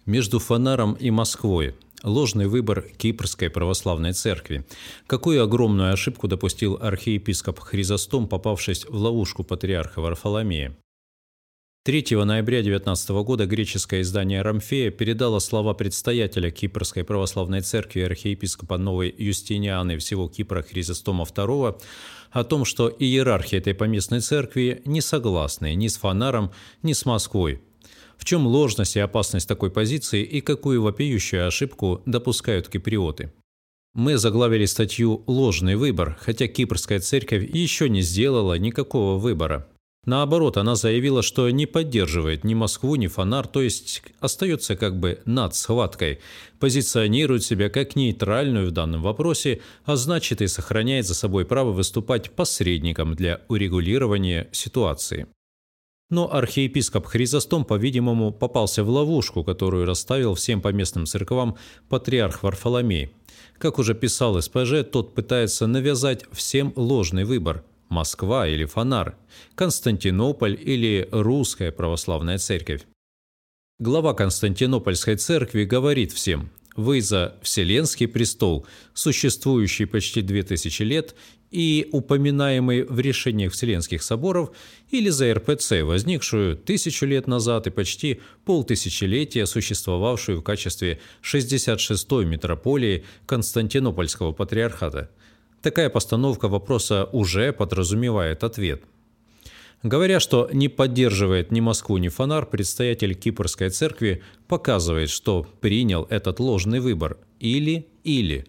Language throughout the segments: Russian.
Между Фанаром и Москвой. Ложный выбор Кипрской православной церкви. Какую огромную ошибку допустил архиепископ Хризостом, попавшись в ловушку патриарха Варфоломея. 3 ноября 19 года греческое издание «Рамфея» передало слова предстоятеля Кипрской православной церкви архиепископа Новой Юстинианы всего Кипра Хризостома II о том, что иерархи этой поместной церкви не согласны ни с Фанаром, ни с Москвой. В чем ложность и опасность такой позиции и какую вопиющую ошибку допускают киприоты? Мы заглавили статью «Ложный выбор», хотя Кипрская церковь еще не сделала никакого выбора. Наоборот, она заявила, что не поддерживает ни Москву, ни Фанар, то есть остается как бы над схваткой, позиционирует себя как нейтральную в данном вопросе, а значит и сохраняет за собой право выступать посредником для урегулирования ситуации. Но архиепископ Хризостом, по-видимому, попался в ловушку, которую расставил всем поместным церквам патриарх Варфоломей. Как уже писал СПЖ, тот пытается навязать всем ложный выбор – Москва или Фанар, Константинополь или Русская православная церковь. Глава Константинопольской церкви говорит всем: «Вы за Вселенский престол, существующий почти 2000 лет и упоминаемый в решениях Вселенских соборов, или за РПЦ, возникшую 1000 лет назад и почти полтысячелетия существовавшую в качестве 66-й митрополии Константинопольского патриархата». Такая постановка вопроса уже подразумевает ответ. Говоря, что не поддерживает ни Москву, ни Фанар, предстоятель Кипрской церкви показывает, что принял этот ложный выбор – или-или.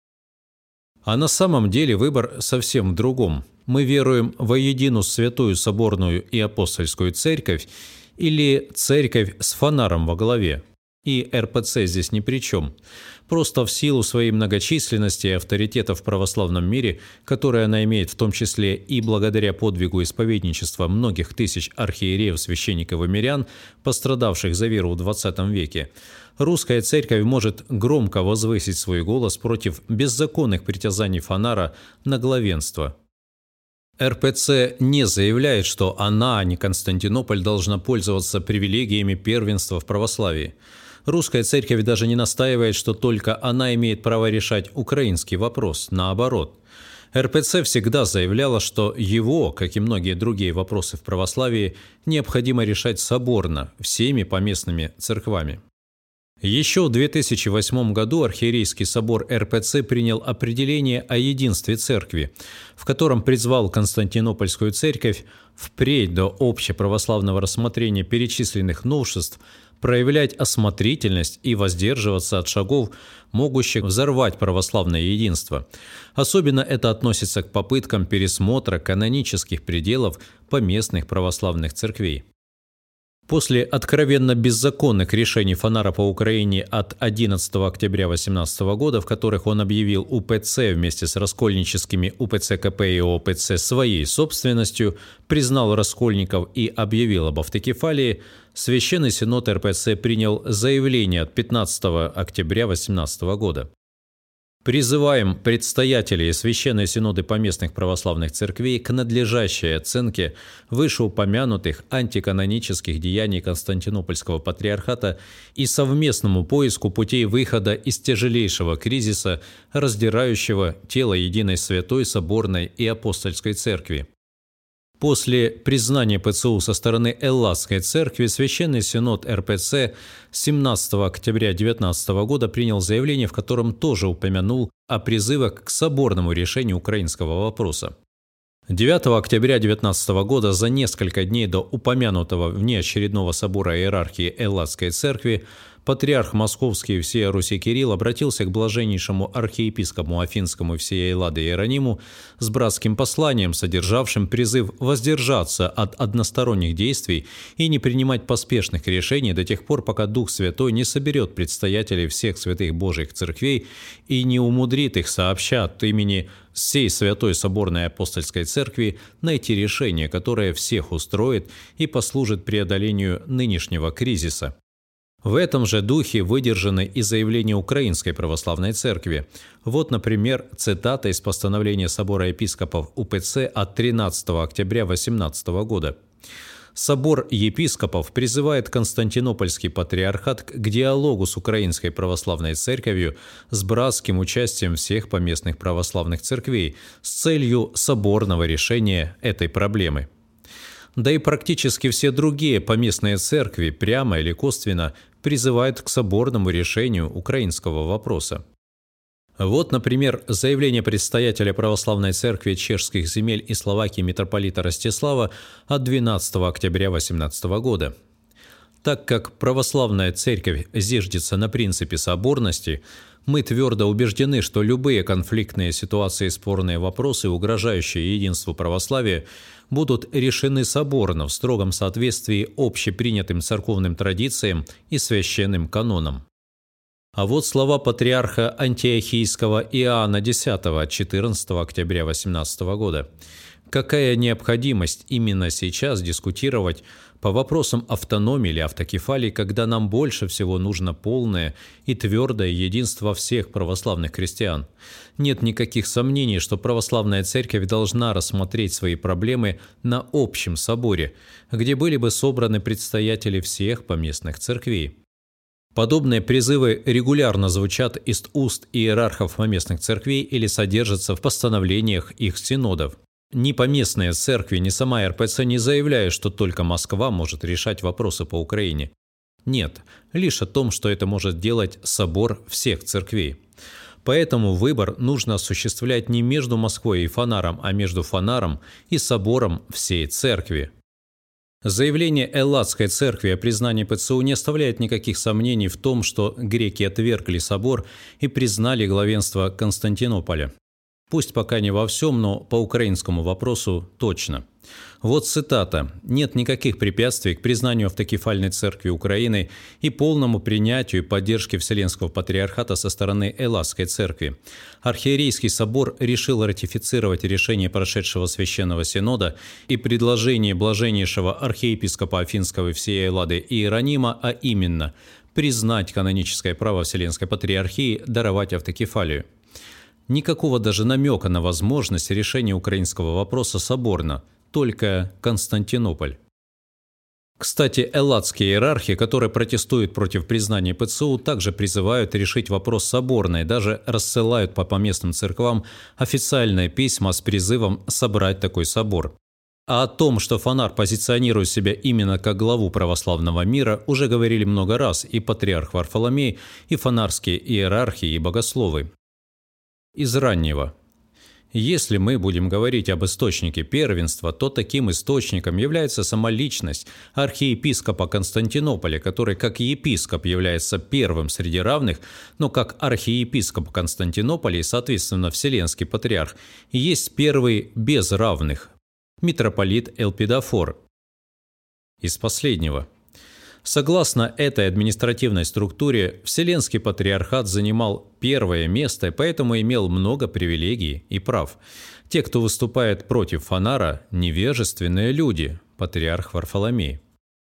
А на самом деле выбор совсем в другом. Мы веруем во единую святую соборную и апостольскую церковь или церковь с Фанаром во главе. И РПЦ здесь ни при чем. Просто в силу своей многочисленности и авторитета в православном мире, который она имеет в том числе и благодаря подвигу исповедничества многих тысяч архиереев, священников и мирян, пострадавших за веру в XX веке, русская церковь может громко возвысить свой голос против беззаконных притязаний Фанара на главенство. РПЦ не заявляет, что она, а не Константинополь, должна пользоваться привилегиями первенства в православии. Русская церковь даже не настаивает, что только она имеет право решать украинский вопрос, наоборот. РПЦ всегда заявляла, что его, как и многие другие вопросы в православии, необходимо решать соборно, всеми поместными церквами. Еще в 2008 году архиерейский собор РПЦ принял определение о единстве церкви, в котором призвал Константинопольскую церковь впредь до общеправославного рассмотрения перечисленных новшеств проявлять осмотрительность и воздерживаться от шагов, могущих взорвать православное единство. Особенно это относится к попыткам пересмотра канонических пределов поместных православных церквей. После откровенно беззаконных решений Фанара по Украине от 11 октября 2018 года, в которых он объявил УПЦ вместе с раскольническими УПЦ-КП и ОПЦ своей собственностью, признал раскольников и объявил об автокефалии, Священный Синод РПЦ принял заявление от 15 октября 2018 года. Призываем предстоятелей и священные синоды поместных православных церквей к надлежащей оценке вышеупомянутых антиканонических деяний Константинопольского патриархата и совместному поиску путей выхода из тяжелейшего кризиса, раздирающего тело единой святой, соборной и апостольской церкви. После признания ПЦУ со стороны Элладской церкви Священный Синод РПЦ 17 октября 2019 года принял заявление, в котором тоже упомянул о призывах к соборному решению украинского вопроса. 9 октября 2019 года, за несколько дней до упомянутого внеочередного собора иерархии Элладской церкви, патриарх Московский всея Руси Кирилл обратился к блаженнейшему архиепископу Афинскому всея Эллады Иерониму с братским посланием, содержавшим призыв воздержаться от односторонних действий и не принимать поспешных решений до тех пор, пока Дух Святой не соберет предстоятелей всех святых Божьих церквей и не умудрит их сообща от имени всей Святой Соборной Апостольской Церкви найти решение, которое всех устроит и послужит преодолению нынешнего кризиса. В этом же духе выдержаны и заявления Украинской Православной Церкви. Вот, например, цитата из постановления Собора епископов УПЦ от 13 октября 2018 года. Собор епископов призывает Константинопольский патриархат к диалогу с Украинской православной церковью с братским участием всех поместных православных церквей с целью соборного решения этой проблемы. Да и практически все другие поместные церкви прямо или косвенно призывают к соборному решению украинского вопроса. Вот, например, заявление предстоятеля Православной Церкви чешских земель и Словакии митрополита Ростислава от 12 октября 18 года. Так как православная церковь зиждется на принципе соборности, мы твердо убеждены, что любые конфликтные ситуации и спорные вопросы, угрожающие единству православия, будут решены соборно в строгом соответствии общепринятым церковным традициям и священным канонам. А вот слова патриарха Антиохийского Иоанна X от 14 октября 18 года. Какая необходимость именно сейчас дискутировать по вопросам автономии или автокефалии, когда нам больше всего нужно полное и твердое единство всех православных христиан? Нет никаких сомнений, что православная церковь должна рассмотреть свои проблемы на общем соборе, где были бы собраны предстоятели всех поместных церквей. Подобные призывы регулярно звучат из уст иерархов поместных церквей или содержатся в постановлениях их синодов. Ни поместные церкви, ни сама РПЦ не заявляют, что только Москва может решать вопросы по Украине. Нет, лишь о том, что это может делать собор всех церквей. Поэтому выбор нужно осуществлять не между Москвой и Фанаром, а между Фанаром и собором всей церкви. Заявление Элладской церкви о признании ПЦУ не оставляет никаких сомнений в том, что греки отвергли собор и признали главенство Константинополя. Пусть пока не во всем, но по украинскому вопросу точно. Вот цитата. «Нет никаких препятствий к признанию автокефальной церкви Украины и полному принятию и поддержке Вселенского патриархата со стороны Элладской церкви. Архиерейский собор решил ратифицировать решение прошедшего Священного Синода и предложение блаженнейшего архиепископа Афинского и всей Эллады Иеронима, а именно признать каноническое право Вселенской патриархии даровать автокефалию. Никакого даже намека на возможность решения украинского вопроса соборно, только Константинополь». Кстати, элладские иерархи, которые протестуют против признания ПЦУ, также призывают решить вопрос соборно и даже рассылают по поместным церквам официальные письма с призывом собрать такой собор. А о том, что Фанар позиционирует себя именно как главу православного мира, уже говорили много раз и патриарх Варфоломей, и фанарские иерархи и богословы. Из раннего. Если мы будем говорить об источнике первенства, то таким источником является сама личность архиепископа Константинополя, который как епископ является первым среди равных, но как архиепископ Константинополя и, соответственно, Вселенский патриарх, есть первый без равных – митрополит Элпидофор. Из последнего. Согласно этой административной структуре, Вселенский патриархат занимал первое место, поэтому имел много привилегий и прав. Те, кто выступает против Фанара, невежественные люди, патриарх Варфоломей.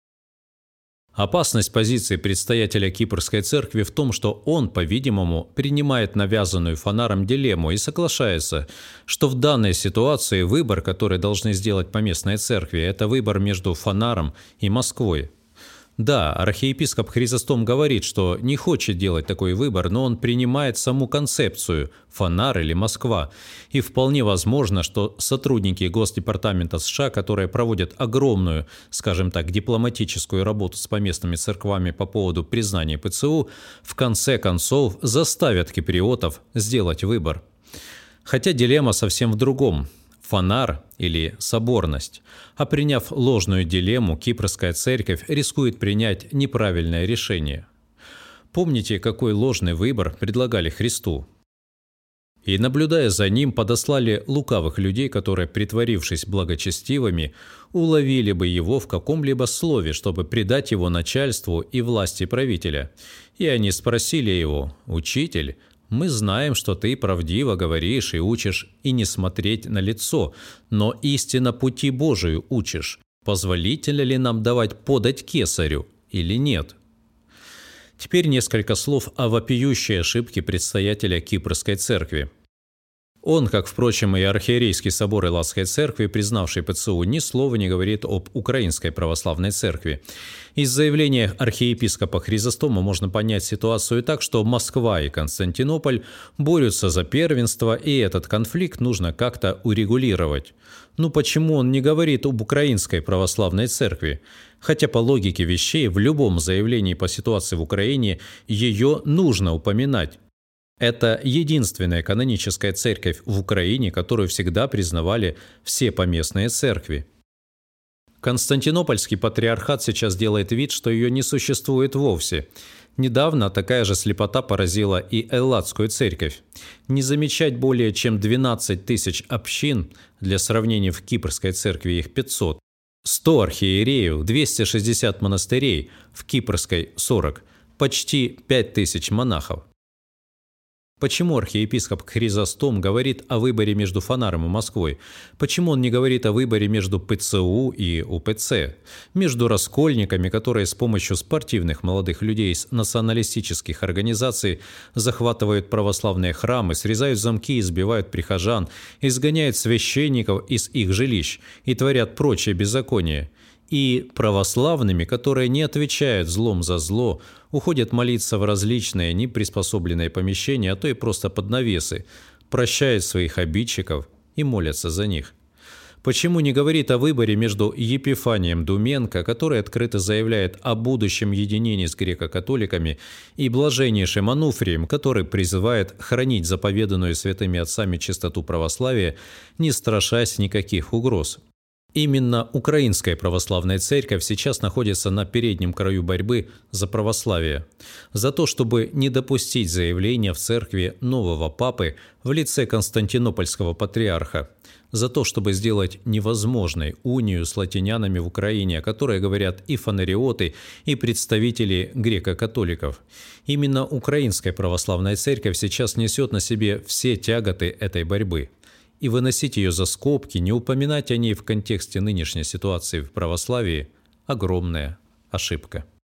Опасность позиции предстоятеля Кипрской церкви в том, что он, по-видимому, принимает навязанную Фанаром дилемму и соглашается, что в данной ситуации выбор, который должны сделать поместные церкви, это выбор между Фанаром и Москвой. Да, архиепископ Хризостом говорит, что не хочет делать такой выбор, но он принимает саму концепцию «Фанар» или «Москва». И вполне возможно, что сотрудники Госдепартамента США, которые проводят огромную, скажем так, дипломатическую работу с поместными церквами по поводу признания ПЦУ, в конце концов заставят киприотов сделать выбор. Хотя дилемма совсем в другом. Фанар или соборность. А приняв ложную дилемму, Кипрская церковь рискует принять неправильное решение. Помните, какой ложный выбор предлагали Христу? И, наблюдая за ним, подослали лукавых людей, которые, притворившись благочестивыми, уловили бы его в каком-либо слове, чтобы предать его начальству и власти правителя. И они спросили его: «Учитель, мы знаем, что ты правдиво говоришь и учишь, и не смотреть на лицо, но истинно пути Божию учишь. Позволительно ли нам давать подать кесарю или нет?» Теперь несколько слов о вопиющей ошибке предстоятеля Кипрской церкви. Он, как, впрочем, и Архиерейский собор Элладской церкви, признавший ПЦУ, ни слова не говорит об Украинской православной церкви. Из заявления архиепископа Хризостома можно понять ситуацию так, что Москва и Константинополь борются за первенство, и этот конфликт нужно как-то урегулировать. Ну почему он не говорит об Украинской православной церкви? Хотя по логике вещей в любом заявлении по ситуации в Украине ее нужно упоминать. Это единственная каноническая церковь в Украине, которую всегда признавали все поместные церкви. Константинопольский патриархат сейчас делает вид, что ее не существует вовсе. Недавно такая же слепота поразила и Элладскую церковь. Не замечать более чем 12 тысяч общин, для сравнения в Кипрской церкви их 500, 100 архиереев, 260 монастырей, в Кипрской 40, почти 5000 монахов. Почему архиепископ Хризостом говорит о выборе между Фонаром и Москвой? Почему он не говорит о выборе между ПЦУ и УПЦ? Между раскольниками, которые с помощью спортивных молодых людей из националистических организаций захватывают православные храмы, срезают замки, избивают прихожан, изгоняют священников из их жилищ и творят прочее беззаконие. И православными, которые не отвечают злом за зло, уходят молиться в различные неприспособленные помещения, а то и просто под навесы, прощают своих обидчиков и молятся за них. Почему не говорит о выборе между Епифанием Думенко, который открыто заявляет о будущем единении с греко-католиками, и блаженнейшим Ануфрием, который призывает хранить заповеданную святыми отцами чистоту православия, не страшась никаких угроз? Именно Украинская православная церковь сейчас находится на переднем краю борьбы за православие, за то, чтобы не допустить заявления в церкви нового папы в лице константинопольского патриарха, за то, чтобы сделать невозможной унию с латинянами в Украине, о которой говорят и фонариоты, и представители греко-католиков. Именно Украинская православная церковь сейчас несет на себе все тяготы этой борьбы. И выносить ее за скобки, не упоминать о ней в контексте нынешней ситуации в православии – огромная ошибка.